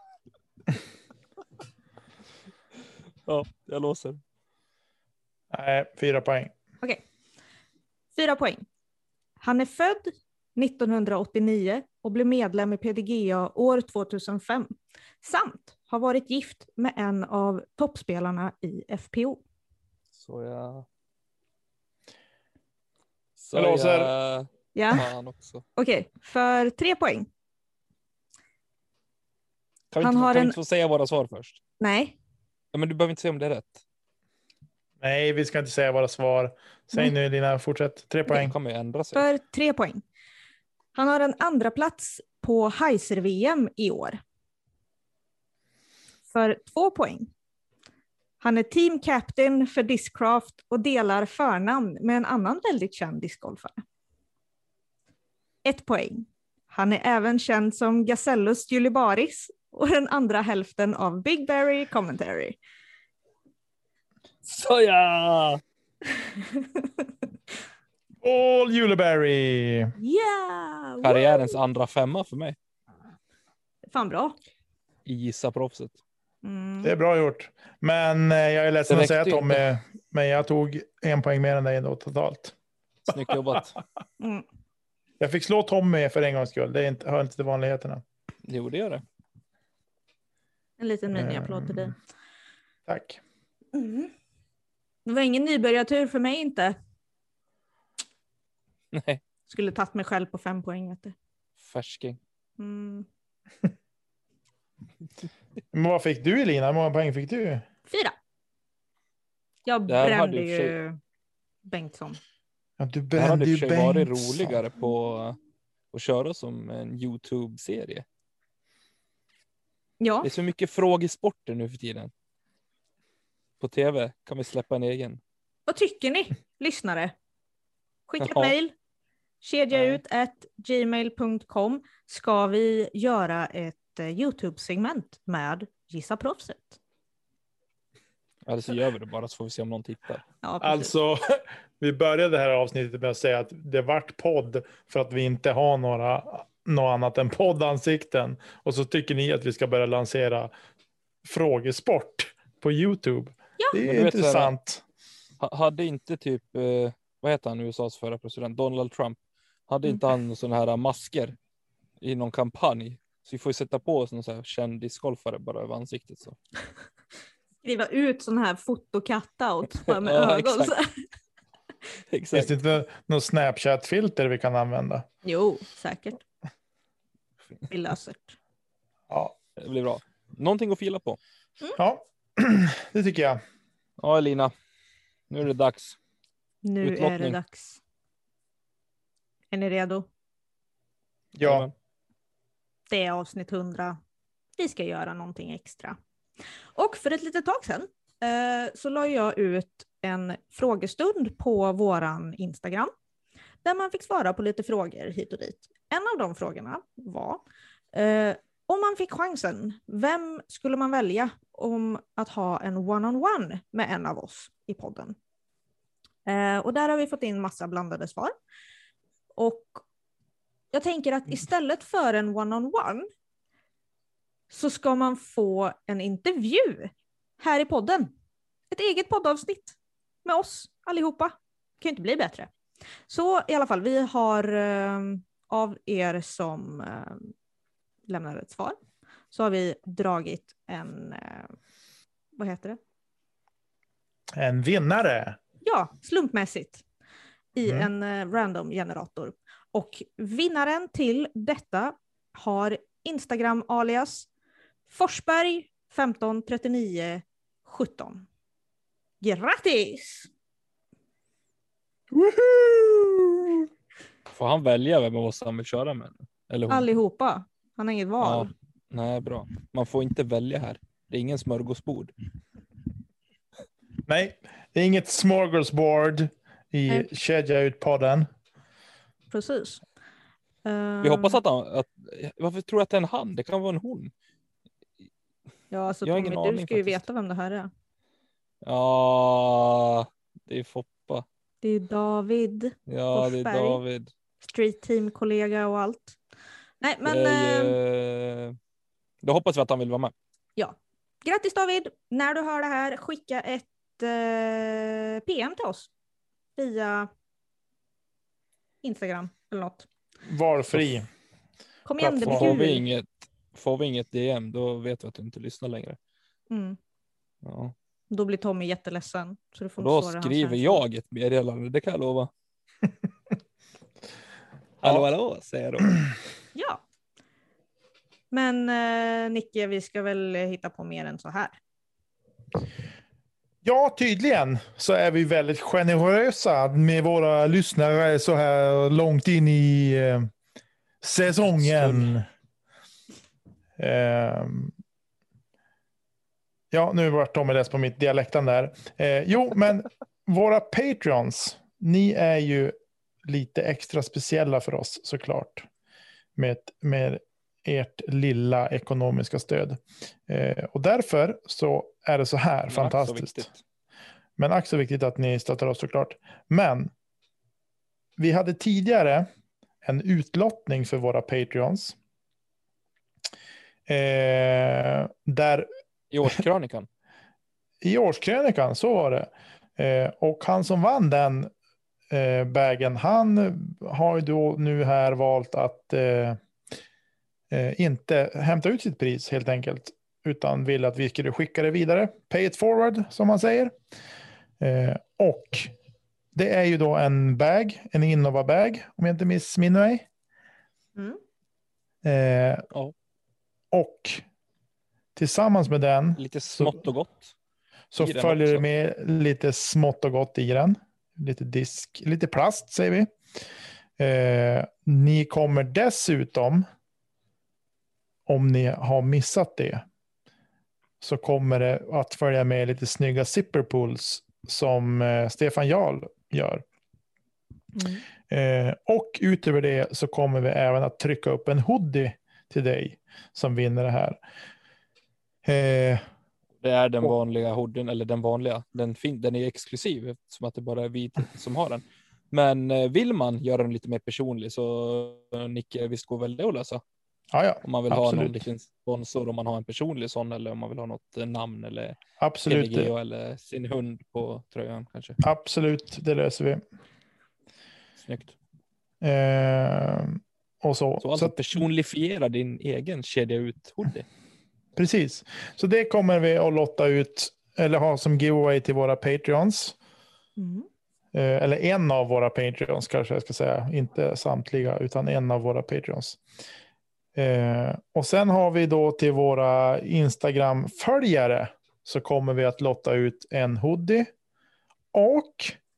Ja, jag låser. Nej, fyra poäng. Okej. Fyra poäng. Han är född nittonhundraåttionio och blev medlem i P D G A år tvåtusenfem. Samt har varit gift med en av toppspelarna i F P O. Så jag... Så Jag låser. jag... Ja, Fan också. okej. För tre poäng. Kan vi, Han inte, har kan vi en- inte få säga våra svar först? Nej. Ja, men du behöver inte säga om det är rätt. Nej, vi ska inte säga våra svar. Säg Nej. nu Lina, fortsätt. Tre Det poäng. kommer ju ändra sig. För tre poäng. Han har en andra plats på Heiser-V M i år. För två poäng. Han är team captain för Discraft och delar förnamn med en annan väldigt känd discgolfare. Ett poäng. Han är även känd som Gasellus Julibaris och den andra hälften av Big Barry Commentary. Så ja! Paul Juleberry. Yeah! Karriärens andra femma för mig. Fan bra. I gissa proffset. Mm. Det är bra gjort. Men eh, jag är ledsen Det att säga räckte Tommy, inte. men jag tog en poäng mer än dig ändå totalt. Snyggt jobbat. Mm. Jag fick slå Tommy för en gångs skull. Det är inte, hör inte till vanligheterna. Jo, det gör det. En liten mini-applåd till dig. Tack. Mm. Det var ingen nybörjartur för mig inte. Nej, Skulle tagit mig själv på fem poäng. Vet du. färsking. Mm. Men vad fick du Elina? Hur många poäng fick du? Fyra. Jag Det här hade brände i och för ju Bengtsson. Ja, du Det hade brände i ju och för sig varit Bengtsson. roligare på att köra som en YouTube-serie. Ja, Det är så mycket frågesporter nu för tiden. På tv kan vi släppa en egen. vad tycker ni, lyssnare? Skicka ett Ja. mejl. Kedja Nej. ut at gmail punkt com. Ska vi göra ett eh, YouTube-segment med Gissa proffset? Eller så gör vi det bara så får vi se om någon tittar. Ja, precis. Alltså, vi började det här avsnittet med att säga att det vart podd för att vi inte har några något annat än poddansikten. Och så tycker ni att vi ska börja lansera frågesport på YouTube. Ja. Det Men är du vet så här- intressant. Ha- Hade inte typ, eh, vad heter han, U S A:s förra president, Donald Trump. Hade inte han sådana här masker i någon kampanj? Så vi får ju sätta på oss någon så här kändisgolfare bara över ansiktet så. Skriva ut sån här fotocut-out bara med Ja, ögon. exakt. Så. Finns Exakt. det inte något Snapchat-filter vi kan använda? Jo, säkert. Vi löser det. Ja, Det blir bra. Någonting att fila på. ja. Det tycker jag. Ja, Elina. Nu är det dags. Nu är det Utlottning. dags. Är ni redo? Ja, Det är avsnitt hundra. Vi ska göra någonting extra. Och för ett litet tag sedan eh, så la jag ut en frågestund på våran Instagram. Där man fick svara på lite frågor hit och dit. En av de frågorna var eh, om man fick chansen, vem skulle man välja om att ha en one-on-one med en av oss i podden? Eh, och där har vi fått in massa blandade svar. Och jag tänker att istället för en one-on-one så ska man få en intervju här i podden. Ett eget poddavsnitt med oss allihopa. Kan ju inte bli bättre. Så i alla fall, vi har eh, av er som eh, lämnar ett svar så har vi dragit en, eh, vad heter det? en vinnare. Ja, slumpmässigt i Mm. en eh, random generator. Och vinnaren till detta har Instagram alias Forsberg femton trettionio sjutton. Grattis! Woohoo! Får han välja vem av oss han vill köra med? Eller hon? Allihopa. Han har inget val. Ja. Nej, bra. Man får inte välja här. Det är ingen smörgåsbord. Nej, det är inget smorgasbord i Nej. Kedja ut-podden. Precis. Vi hoppas Ehm, att han... Att, varför tror du att det är en han? Det kan vara en hon. Ja, alltså Jag har Tommy, ingen du aning ska ju faktiskt. veta vem det här är. Ja, det är Foppa. Det är David Ja, det är Forsberg. David. Street team-kollega och allt. Nej, men Det är ehm, ju... Då hoppas vi att han vill vara med. ja. Grattis David! När du hör det här, skicka ett eh, P M till oss via Instagram eller något. Valfri. Kom igen, det blir Får vi kul. inget, får vi inget D M, då vet vi att du inte lyssnar längre. Mm. Ja. Då blir Tommy jätteledsen. Så du får Och då inte svara hans skriver känslor. jag ett meddelande, det kan jag lova. Hallå, Ja. hallå, säger jag då. Ja. Men eh, Nicke, vi ska väl hitta på mer än så här. Ja, tydligen så är vi väldigt generösa med våra lyssnare så här långt in i eh, säsongen. Eh, ja, nu vart Tommy läst på mitt dialektan där. Eh, jo, men våra Patreons, ni är ju lite extra speciella för oss såklart. Med, med ert lilla ekonomiska stöd. Eh, och därför så är det så här Men fantastiskt. ack så viktigt. Men ack så viktigt att ni stöttar oss såklart. Men vi hade tidigare en utlottning för våra Patreons. Eh, där I årskrönikan. i årskrönikan, så var det. Eh, och han som vann den eh, bagen, han har ju då nu här valt att eh, eh, inte hämta ut sitt pris helt enkelt. Utan vill att vi skulle skicka det vidare. Pay it forward, som man säger. Eh, och det är ju då en bag, en Innova-bag, om jag inte missminner mig. Mm. Eh, Ja. och tillsammans med den Lite smått och gott. så i den följer det också. med lite smått och gott i den. Lite disk, lite plast säger vi. Eh, ni kommer dessutom, om ni har missat det, så kommer det att följa med lite snygga zipperpulls som eh, Stefan Jarl gör. Mm. Eh, och utöver det så kommer vi även att trycka upp en hoodie till dig som vinner det här. Eh, Det är den och- vanliga hoodien, eller den vanliga. Den, fin- den är exklusiv, eftersom att det bara är vi som har den. Men eh, vill man göra den lite mer personlig så eh, Nicke, visst går väl det att lösa? ja, ja, Om man vill ha absolut. någon liten sponsor, om man har en personlig sån, eller om man vill ha något eh, namn eller Absolut, P V G eller sin hund på tröjan kanske. absolut, det löser vi. Snyggt. Eh, och så. Så Så alltså att, personifiera din egen kedja ut hoodie. precis. Så det kommer vi att lotta ut eller ha som giveaway till våra Patreons. Mm. Eh, eller en av våra Patreons kanske jag ska säga. Inte samtliga utan en av våra Patreons. Eh, och sen har vi då till våra Instagram-följare så kommer vi att lotta ut en hoodie och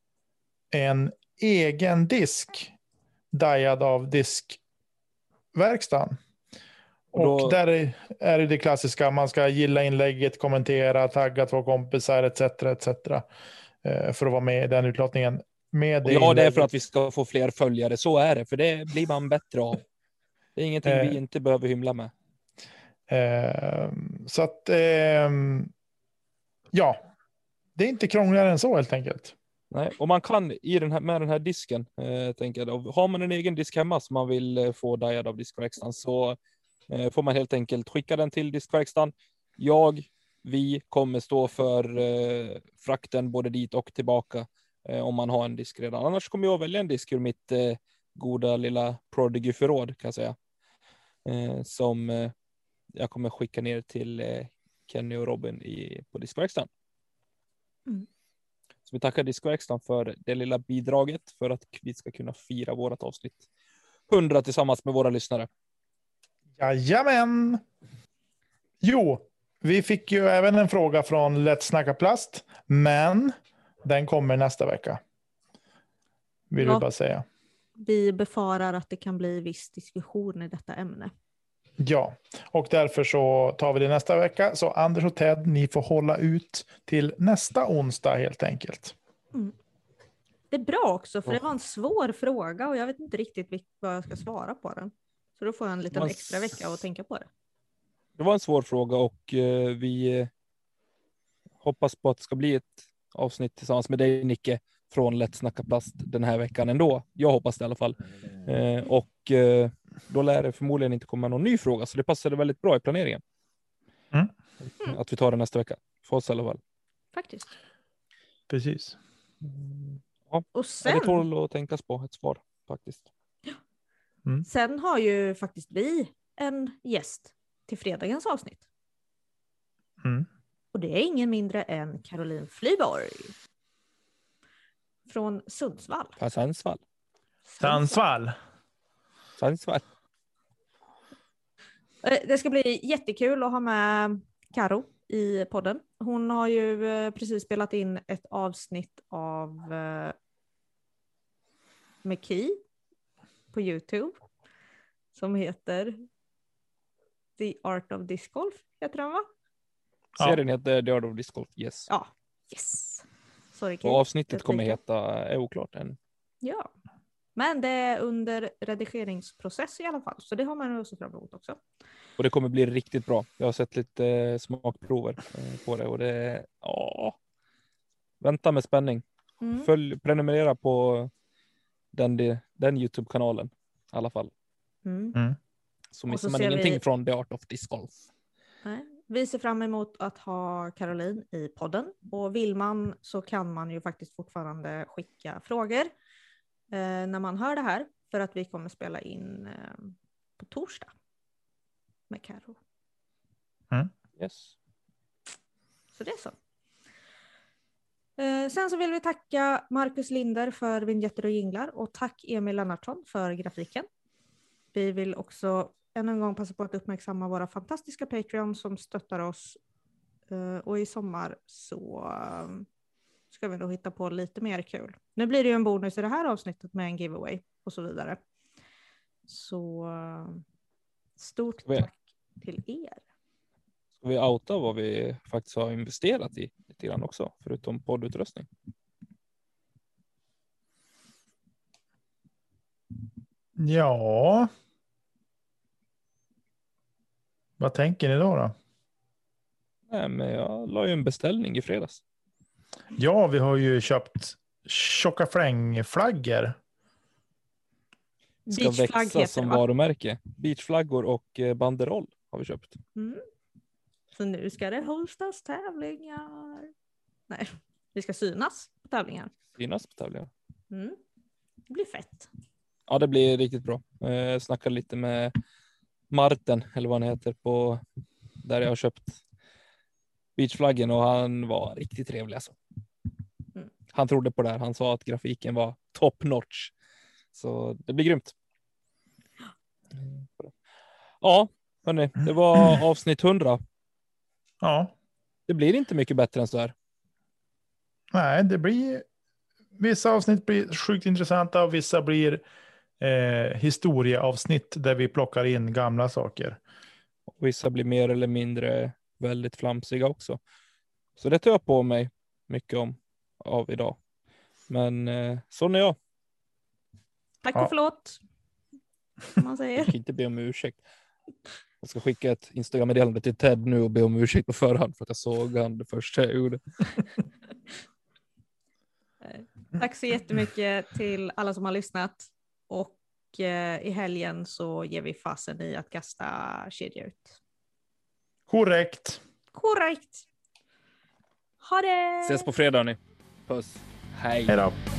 en egen disk dajad av diskverkstan. Och då- Och där är, är det det klassiska, man ska gilla inlägget, kommentera, tagga två kompisar et cetera et cetera eh, för att vara med i den utlottningen. Med Och det ja, det är inlägget. för att vi ska få fler följare. Så är det, för det blir man bättre av. Det är ingenting Eh. vi inte behöver hymla med. Eh, så att eh, ja, det är inte krångligare än så helt enkelt. Nej, och man kan i den här, med den här disken, eh, tänker jag, då, har man en egen disk hemma som man vill eh, få dajad av diskverkstan så eh, får man helt enkelt skicka den till diskverkstan. Jag, vi kommer stå för eh, frakten både dit och tillbaka eh, om man har en disk redan. Annars kommer jag välja en disk ur mitt eh, goda lilla Prodigy-förråd kan jag säga. Eh, som eh, jag kommer skicka ner till eh, Kenny och Robin i, på diskverkstan. Mm. Så vi tackar diskverkstan för det lilla bidraget för att vi ska kunna fira vårat avsnitt hundra tillsammans med våra lyssnare. Jajamän! Jo, vi fick ju även en fråga från Lätt Snacka Plast, men den kommer nästa vecka. Vill Ja. vi bara säga. Vi befarar att det kan bli viss diskussion i detta ämne. Ja, och därför så tar vi det nästa vecka. Så Anders och Ted, ni får hålla ut till nästa onsdag helt enkelt. Mm. Det är bra också, för det var en svår fråga och jag vet inte riktigt vad jag ska svara på den. Så då får jag en liten Man... extra vecka att tänka på det. Det var en svår fråga och eh, vi eh, hoppas på att det ska bli ett avsnitt tillsammans med dig, Nicke, från Lätt snacka plast den här veckan ändå. Jag hoppas det i alla fall. Eh, och eh, då lär det förmodligen inte komma någon ny fråga, så det passade väldigt bra i planeringen. Mm. Mm. Att vi tar det nästa vecka. För oss i alla fall. Faktiskt. Precis. Ja, Och sen... det tål att tänkas på ett svar faktiskt. Mm. Sen har ju faktiskt vi en gäst till fredagens avsnitt. Mm. Och det är ingen mindre än Caroline Flyborg. Från Sundsvall. Från Sundsvall. Sundsvall. Sundsvall. Det ska bli jättekul att ha med Karo i podden. Hon har ju precis spelat in ett avsnitt av McKee på YouTube som heter The Art of Disc Golf, heter den, va? Serien heter The Art of Disc Golf, yes. Ja, yes. Sorry, och avsnittet kommer heta är oklart än. Ja, men det är under redigeringsprocess i alla fall, så det har man också fram emot också. Och det kommer bli riktigt bra. Jag har sett lite smakprover på det och det är, ja, vänta med spänning. Mm. Följ, prenumerera på den, den YouTube-kanalen i alla fall. Mm. Mm. Så missar man ingenting vi... från The Art of Disc Golf. Nej. Vi ser fram emot att ha Caroline i podden. Och vill man så kan man ju faktiskt fortfarande skicka frågor eh, när man hör det här. För att vi kommer spela in eh, på torsdag med Karo. Mm. Yes. Så det är så. Eh, sen så vill vi tacka Marcus Linder för vignetter och jinglar. Och tack Emil Lennartsson för grafiken. Vi vill också än en gång passa på att uppmärksamma våra fantastiska Patreons som stöttar oss. Uh, och i sommar så uh, ska vi nog hitta på lite mer kul. Nu blir det ju en bonus i det här avsnittet med en giveaway och så vidare. Så uh, stort vi, tack till er. Ska vi outa vad vi faktiskt har investerat i lite grann också, förutom poddutrustning? Ja... Vad tänker ni då då? Nej, men jag la ju en beställning i fredags. Ja, vi har ju köpt tjocka flängflaggor. Ska växa som varumärke. Beachflaggor och banderoll har vi köpt. Mm. Så nu ska det hostas tävlingar. Nej, vi ska synas på tävlingar. Synas på tävlingar. Mm. Det blir fett. Ja, det blir riktigt bra. Jag snackade lite med Martin, eller vad han heter, på där jag har köpt beachflaggen och han var riktigt trevlig alltså. Mm. Han trodde på det här. Han sa att grafiken var top notch. Så det blir grymt. Ja, hörni, det var avsnitt hundra. Ja. Det blir inte mycket bättre än så här. Nej, det blir vissa avsnitt blir sjukt intressanta och vissa blir Eh, historieavsnitt där vi plockar in gamla saker. Och vissa blir mer eller mindre väldigt flamsiga också. Så det tar jag på mig mycket om av idag. Men eh, sån är jag. Tack och ja. Förlåt. Man säger. Jag kan inte be om ursäkt. Jag ska skicka ett Instagram-meddelande till Ted nu och be om ursäkt på förhand för att jag såg han det första jag gjorde. Tack så jättemycket till alla som har lyssnat. Och eh, i helgen så ger vi fasen i att kasta kedja ut. Korrekt. Korrekt. Ha det! Ses på fredag, ni. Puss. Hej. Hej då.